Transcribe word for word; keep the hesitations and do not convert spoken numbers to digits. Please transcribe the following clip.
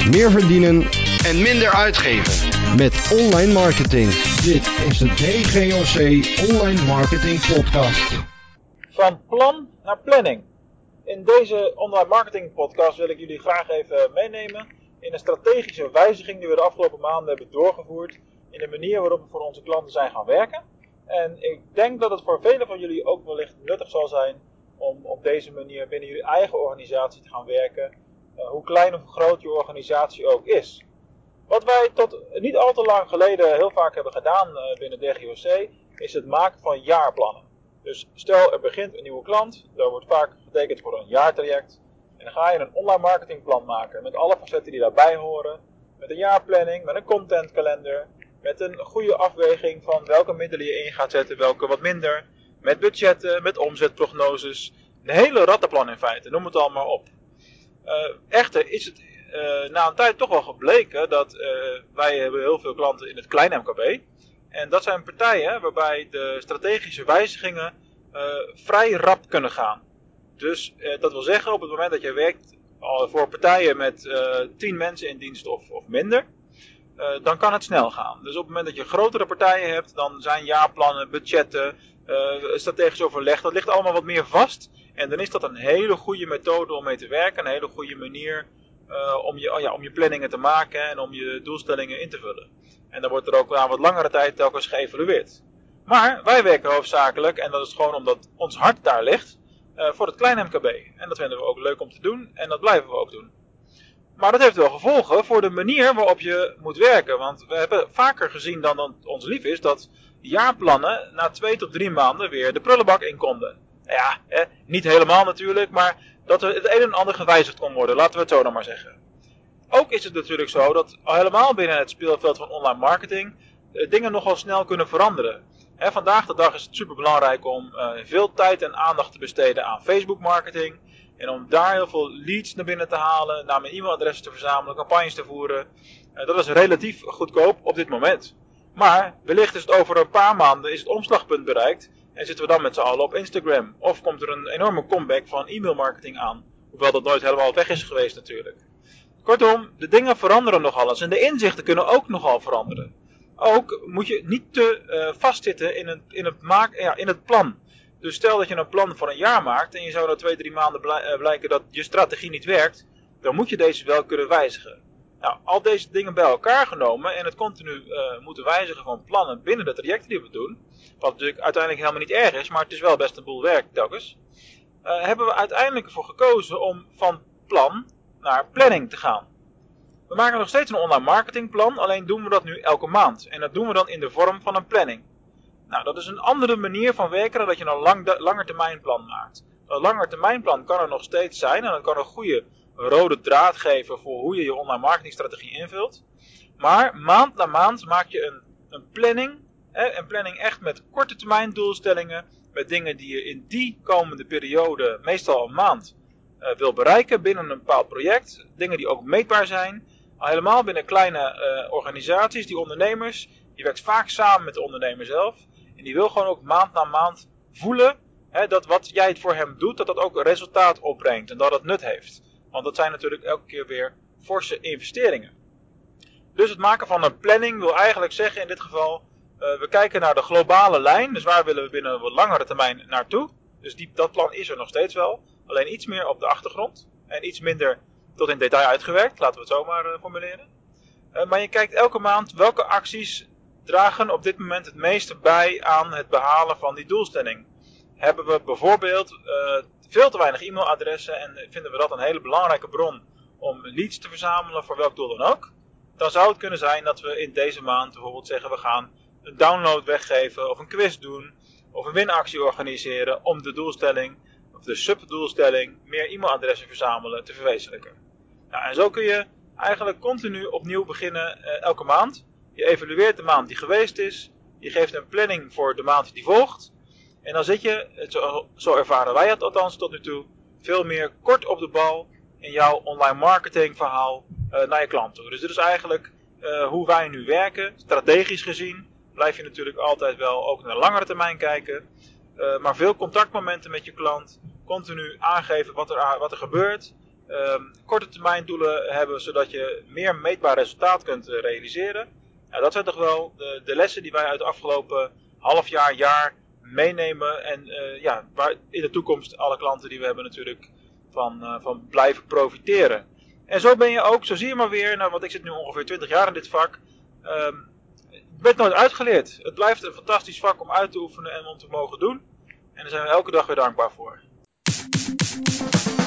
meer verdienen en minder uitgeven met online marketing. Dit is de D G O C Online Marketing Podcast. Van plan naar planning. In deze online marketing podcast wil ik jullie graag even meenemen in een strategische wijziging die we de afgelopen maanden hebben doorgevoerd in de manier waarop we voor onze klanten zijn gaan werken. En ik denk dat het voor velen van jullie ook wellicht nuttig zal zijn om op deze manier binnen jullie eigen organisatie te gaan werken, uh, hoe klein of groot je organisatie ook is. Wat wij tot niet al te lang geleden heel vaak hebben gedaan uh, binnen D G O C is het maken van jaarplannen. Dus stel er begint een nieuwe klant, daar wordt vaak getekend voor een jaartraject. En dan ga je een online marketingplan maken met alle facetten die daarbij horen. Met een jaarplanning, met een contentkalender, met een goede afweging van welke middelen je in gaat zetten, welke wat minder. Met budgetten, met omzetprognoses. Een hele rattenplan in feite, noem het allemaal op. Uh, echter is het uh, na een tijd toch wel gebleken dat uh, wij hebben heel veel klanten in het klein M K B. En dat zijn partijen waarbij de strategische wijzigingen uh, vrij rap kunnen gaan. Dus uh, dat wil zeggen, op het moment dat je werkt uh, voor partijen met uh, tien mensen in dienst of, of minder, uh, dan kan het snel gaan. Dus op het moment dat je grotere partijen hebt, dan zijn jaarplannen, budgetten, uh, strategisch overleg, dat ligt allemaal wat meer vast. En dan is dat een hele goede methode om mee te werken, een hele goede manier uh, om, je, oh ja, om je planningen te maken en om je doelstellingen in te vullen. En dan wordt er ook na wat langere tijd telkens geëvalueerd. Maar wij werken hoofdzakelijk, en dat is gewoon omdat ons hart daar ligt, uh, voor het kleine M K B. En dat vinden we ook leuk om te doen en dat blijven we ook doen. Maar dat heeft wel gevolgen voor de manier waarop je moet werken. Want we hebben vaker gezien dan, dan ons lief is dat jaarplannen na twee tot drie maanden weer de prullenbak in konden. Ja, eh, niet helemaal natuurlijk, maar dat er het een en ander gewijzigd kon worden, laten we het zo dan maar zeggen. Ook is het natuurlijk zo dat al helemaal binnen het speelveld van online marketing uh, dingen nogal snel kunnen veranderen. He, vandaag de dag is het super belangrijk om uh, veel tijd en aandacht te besteden aan Facebook marketing. En om daar heel veel leads naar binnen te halen, naar mijn e-mailadressen te verzamelen, campagnes te voeren. Uh, dat is relatief goedkoop op dit moment. Maar wellicht is het over een paar maanden is het omslagpunt bereikt. En zitten we dan met z'n allen op Instagram. Of komt er een enorme comeback van e-mailmarketing aan. Hoewel dat nooit helemaal weg is geweest natuurlijk. Kortom, de dingen veranderen nogal eens. En de inzichten kunnen ook nogal veranderen. Ook moet je niet te uh, vastzitten in het, in, het maak, ja, in het plan. Dus stel dat je een plan voor een jaar maakt. En je zou na twee, drie maanden bl- uh, blijken dat je strategie niet werkt. Dan moet je deze wel kunnen wijzigen. Nou, al deze dingen bij elkaar genomen. En het continu uh, moeten wijzigen van plannen binnen de trajecten die we doen. Wat natuurlijk uiteindelijk helemaal niet erg is. Maar het is wel best een boel werk telkens. Uh, hebben we uiteindelijk ervoor gekozen om van plan naar planning te gaan. We maken nog steeds een online marketingplan, alleen doen we dat nu elke maand. En dat doen we dan in de vorm van een planning. Nou, dat is een andere manier van werken dan dat je een lang, langetermijnplan maakt. Een langetermijnplan kan er nog steeds zijn en dat kan een goede rode draad geven voor hoe je je online marketingstrategie invult. Maar maand na maand maak je een, een planning, hè, een planning echt met korte termijn doelstellingen, met dingen die je in die komende periode, meestal een maand, Uh, wil bereiken binnen een bepaald project. Dingen die ook meetbaar zijn. Al helemaal binnen kleine uh, organisaties, die ondernemers. Die werkt vaak samen met de ondernemer zelf. En die wil gewoon ook maand na maand voelen. Hè, dat wat jij het voor hem doet, dat dat ook een resultaat opbrengt. En dat het nut heeft. Want dat zijn natuurlijk elke keer weer forse investeringen. Dus het maken van een planning wil eigenlijk zeggen in dit geval. Uh, we kijken naar de globale lijn. Dus waar willen we binnen een wat langere termijn naartoe. Dus die, dat plan is er nog steeds wel. Alleen iets meer op de achtergrond. En iets minder tot in detail uitgewerkt. Laten we het zo maar uh, formuleren. Uh, maar je kijkt elke maand welke acties dragen op dit moment het meeste bij aan het behalen van die doelstelling. Hebben we bijvoorbeeld uh, veel te weinig e-mailadressen en vinden we dat een hele belangrijke bron om leads te verzamelen voor welk doel dan ook. Dan zou het kunnen zijn dat we in deze maand bijvoorbeeld zeggen we gaan een download weggeven of een quiz doen. Of een winactie organiseren om de doelstelling, of de subdoelstelling, meer e-mailadressen verzamelen te verwezenlijken. Nou, en zo kun je eigenlijk continu opnieuw beginnen uh, elke maand. Je evalueert de maand die geweest is. Je geeft een planning voor de maand die volgt. En dan zit je, zo, zo ervaren wij het althans tot nu toe, veel meer kort op de bal in jouw online marketing verhaal uh, naar je klant toe. Dus dit is eigenlijk uh, hoe wij nu werken, strategisch gezien. Blijf je natuurlijk altijd wel ook naar langere termijn kijken. Uh, maar veel contactmomenten met je klant. Continu aangeven wat er, wat er gebeurt. um, korte termijn doelen hebben, zodat je meer meetbaar resultaat kunt uh, realiseren. Nou, dat zijn toch wel de, de lessen die wij uit de afgelopen half jaar, jaar meenemen en uh, ja, waar in de toekomst alle klanten die we hebben natuurlijk van, uh, van blijven profiteren. En zo ben je ook, zo zie je maar weer, nou, want ik zit nu ongeveer twintig jaar in dit vak, um, je bent nooit uitgeleerd. Het blijft een fantastisch vak om uit te oefenen en om te mogen doen. En daar zijn we elke dag weer dankbaar voor.